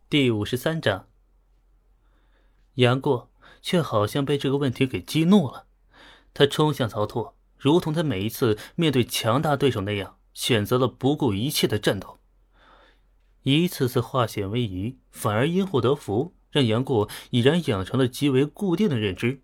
第53章，杨过却好像被这个问题给激怒了，他冲向曹拓，如同他每一次面对强大对手那样，选择了不顾一切的战斗。一次次化险为夷，反而因祸得福，让杨过已然养成了极为固定的认知。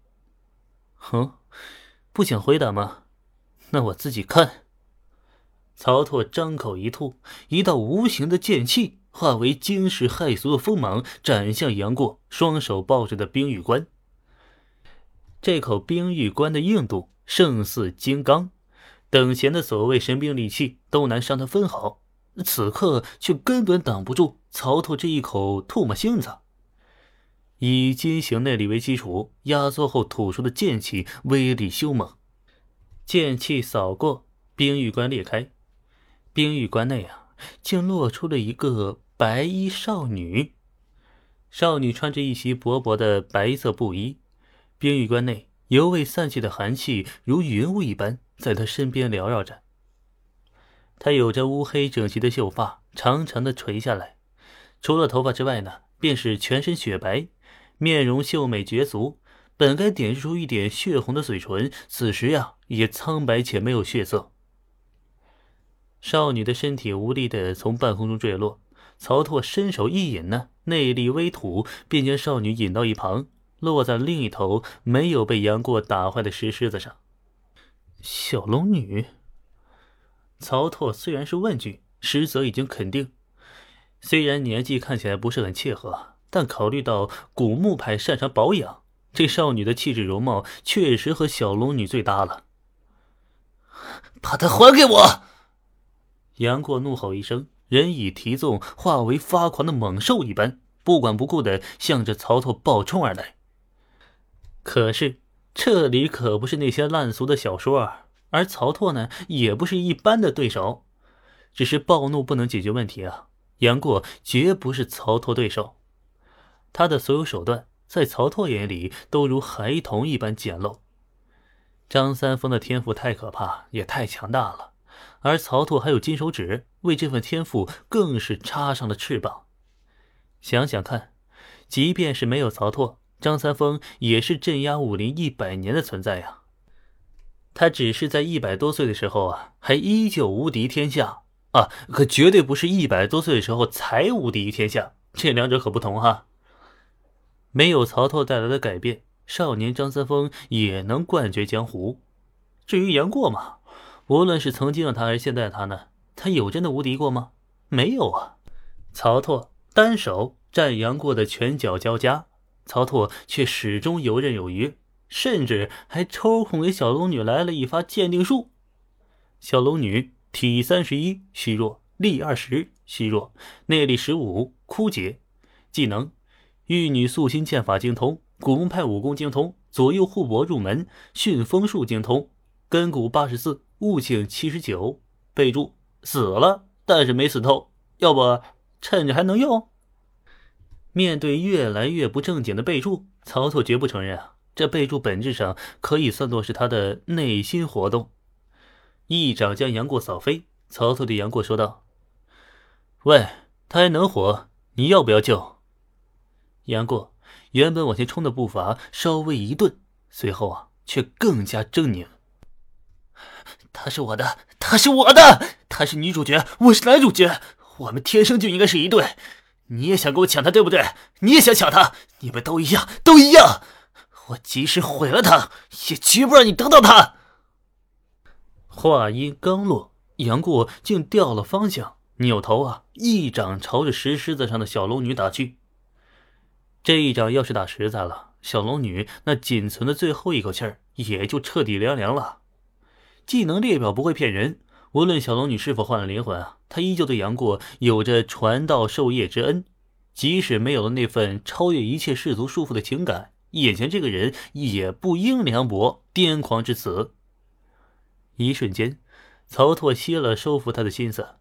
不想回答吗？那我自己看。曹拓张口一吐，一道无形的剑气化为惊世骇俗的锋芒，斩向杨过双手抱着的冰玉关。这口冰玉关的硬度胜似金刚，等闲的所谓神兵利器都难伤他分毫，此刻却根本挡不住曹拓这一口唾沫星子。以金型内力为基础，压缩后吐出的剑气威力凶猛，剑气扫过，冰玉关裂开，冰玉关内竟落出了一个白衣少女。少女穿着一袭薄薄的白色布衣，冰玉关内犹未散去的寒气如云雾一般在她身边缭绕着。她有着乌黑整齐的秀发，长长的垂下来，除了头发之外呢，便是全身雪白，面容秀美绝俗，本该点缀出一点血红的嘴唇，此时也苍白且没有血色。少女的身体无力地从半空中坠落，曹拓伸手一引呢，内力微吐，便将少女引到一旁，落在另一头没有被杨过打坏的石狮子上。小龙女。曹拓虽然是问句，实则已经肯定。虽然年纪看起来不是很切合，但考虑到古墓派擅长保养，这少女的气质容貌确实和小龙女最搭了。 把她还给我！ 杨过怒吼一声，人已提纵，化为发狂的猛兽一般，不管不顾地向着曹拓暴冲而来。可是这里可不是那些烂俗的小说，而曹拓呢，也不是一般的对手。只是暴怒不能解决问题杨过绝不是曹拓对手。他的所有手段在曹拓眼里都如孩童一般简陋。张三丰的天赋太可怕，也太强大了，而曹拓还有金手指，为这份天赋更是插上了翅膀。想想看，即便是没有曹拓，张三丰也是镇压武林100年的存在他只是在100多岁的时候还依旧无敌天下可绝对不是100多岁的时候才无敌天下，这两者可不同没有曹拓带来的改变，少年张三丰也能冠绝江湖。至于杨过嘛，无论是曾经的他还是现在的他呢，他有真的无敌过吗？没有曹拓单手战杨过的拳脚交加，曹拓却始终游刃有余，甚至还抽空给小龙女来了一发鉴定术。小龙女体31虚弱，力20虚弱，内力15枯竭，技能玉女素心剑法精通，古墓派武功精通，左右互搏入门，驯风术精通，根骨84，悟性79。备注：死了，但是没死透，要不趁着还能用。面对越来越不正经的备注，曹拓绝不承认这备注本质上可以算作是他的内心活动。一掌将杨过扫飞，曹拓对杨过说道：喂，他还能活，你要不要救？杨过原本往前冲的步伐稍微一顿，随后却更加狰狞。 她是我的，她是我的，她是女主角，我是男主角，我们天生就应该是一对。你也想跟我抢她，对不对？你也想抢她，你们都一样，都一样。我即使毁了她，也绝不让你得到她。 话音刚落，杨过竟掉了方向，扭头一掌朝着石狮子上的小龙女打去。这一掌要是打实在了，小龙女那仅存的最后一口气儿也就彻底凉凉了。技能列表不会骗人，无论小龙女是否换了灵魂她依旧对杨过有着传道授业之恩。即使没有了那份超越一切世俗束缚的情感，眼前这个人也不应凉薄癫狂至此。一瞬间，曹拓歇了收服他的心思。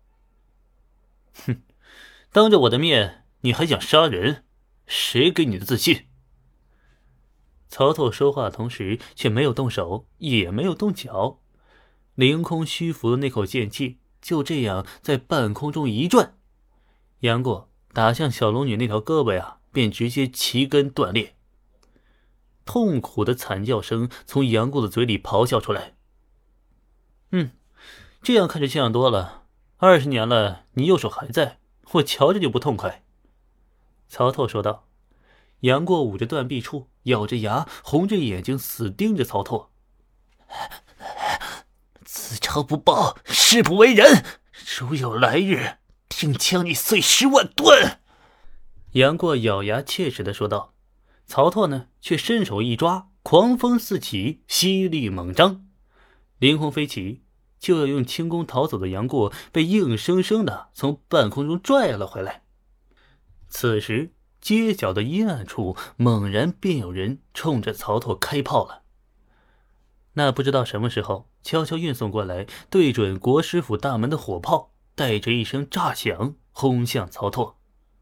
当着我的面你还想杀人？谁给你的自信？曹拓说话的同时却没有动手，也没有动脚，凌空虚浮的那口剑气就这样在半空中一转。杨过打向小龙女那条胳膊呀，便直接齐根断裂。痛苦的惨叫声从杨过的嘴里咆哮出来。这样看着像样多了。20年了，你右手还在，我瞧着就不痛快。曹拓说道。杨过捂着断臂处，咬着牙，红着眼睛，死盯着曹拓。 自朝不报，誓不为人。如有来日，定将你碎尸万段。 杨过咬牙切齿地说道。曹拓呢，却伸手一抓，狂风四起，犀利猛张，凌空飞起，就要用轻功逃走的杨过被硬生生的从半空中拽了回来。此时街角的阴暗处猛然便有人冲着曹拓开炮了。那不知道什么时候悄悄运送过来对准国师府大门的火炮，带着一声炸响轰向曹拓。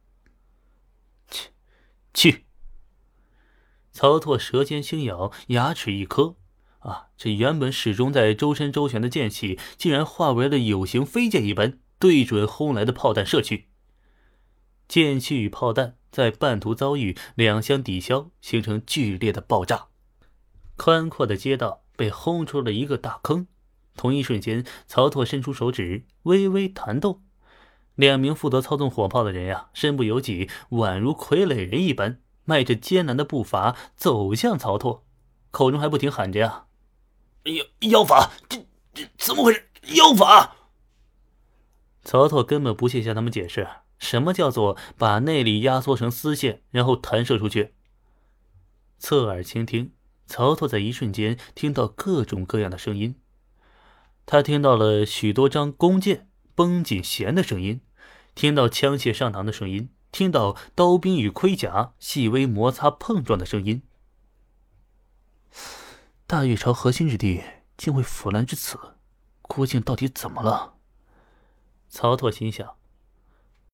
去！曹拓舌尖轻咬，牙齿一磕，这原本始终在周身周旋的剑气竟然化为了有形飞剑一般，对准轰来的炮弹射去。剑气与炮弹在半途遭遇，两相抵消，形成剧烈的爆炸。宽阔的街道被轰出了一个大坑。同一瞬间，曹拓伸出手指微微弹动，2名负责操纵火炮的人呀，身不由己，宛如傀儡人一般，迈着艰难的步伐走向曹拓，口中还不停喊着呀： 妖法，这怎么回事？妖法！ 曹拓根本不屑向他们解释什么叫做把内力压缩成丝线，然后弹射出去。侧耳倾听，曹拓在一瞬间听到各种各样的声音。他听到了许多张弓箭绷紧弦的声音，听到枪械上膛的声音，听到刀兵与盔甲细微摩擦碰撞的声音。大越朝核心之地竟会腐烂至此，郭靖到底怎么了？曹拓心想。